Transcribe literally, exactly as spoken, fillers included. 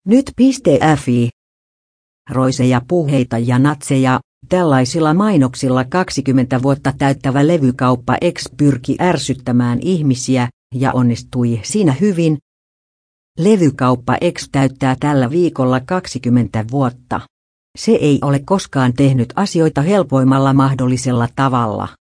Nyt.fi. Roiseja puheita ja natseja, tällaisilla mainoksilla kaksikymmentä vuotta täyttävä levykauppa X pyrki ärsyttämään ihmisiä, ja onnistui siinä hyvin. Levykauppa X täyttää tällä viikolla kaksikymmentä vuotta. Se ei ole koskaan tehnyt asioita helpoimmalla mahdollisella tavalla.